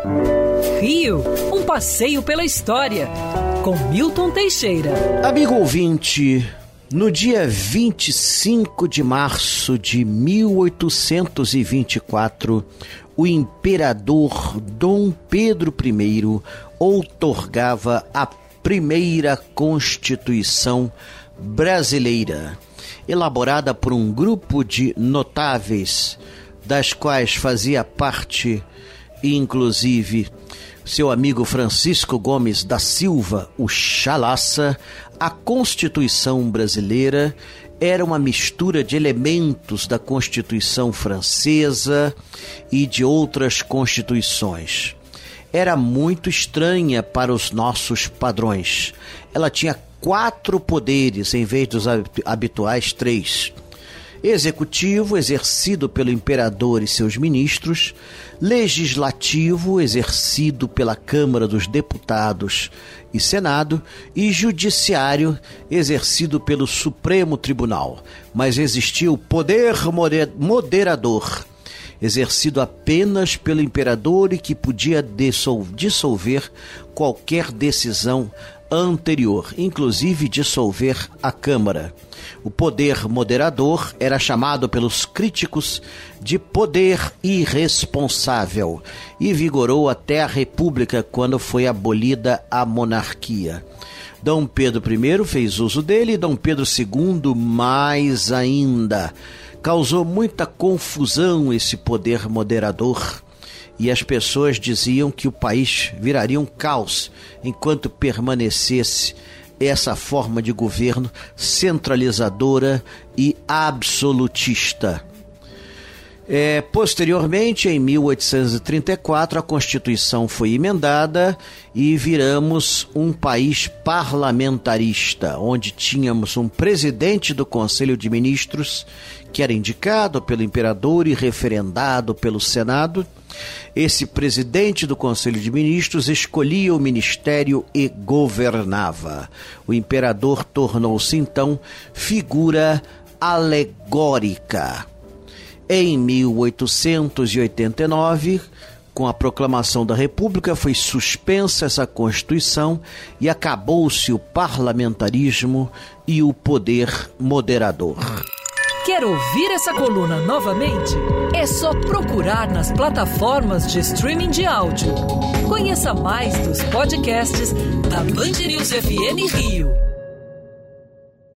Rio, um passeio pela história, com Milton Teixeira. Amigo ouvinte, no dia 25 de março de 1824, o imperador Dom Pedro I outorgava a primeira Constituição brasileira, elaborada por um grupo de notáveis, das quais fazia parte, inclusive, seu amigo Francisco Gomes da Silva, o Chalaça. A Constituição brasileira era uma mistura de elementos da Constituição francesa e de outras constituições. Era muito estranha para os nossos padrões. Ela tinha 4 poderes em vez dos habituais 3. Executivo, exercido pelo imperador e seus ministros. Legislativo, exercido pela Câmara dos Deputados e Senado. E judiciário, exercido pelo Supremo Tribunal. Mas existia o poder moderador, exercido apenas pelo imperador e que podia dissolver qualquer decisão anterior, inclusive dissolver a Câmara. O poder moderador era chamado pelos críticos de poder irresponsável e vigorou até a República, quando foi abolida a monarquia. Dom Pedro I fez uso dele e Dom Pedro II mais ainda. Causou muita confusão esse poder moderador e as pessoas diziam que o país viraria um caos enquanto permanecesse essa forma de governo centralizadora e absolutista. Posteriormente, em 1834, a Constituição foi emendada e viramos um país parlamentarista, onde tínhamos um presidente do Conselho de Ministros, que era indicado pelo imperador e referendado pelo Senado. Esse presidente do Conselho de Ministros escolhia o ministério e governava. O imperador tornou-se, então, figura alegórica. Em 1889, com a proclamação da República, foi suspensa essa Constituição e acabou-se o parlamentarismo e o poder moderador. Quer ouvir essa coluna novamente? É só procurar nas plataformas de streaming de áudio. Conheça mais dos podcasts da Band News FM Rio.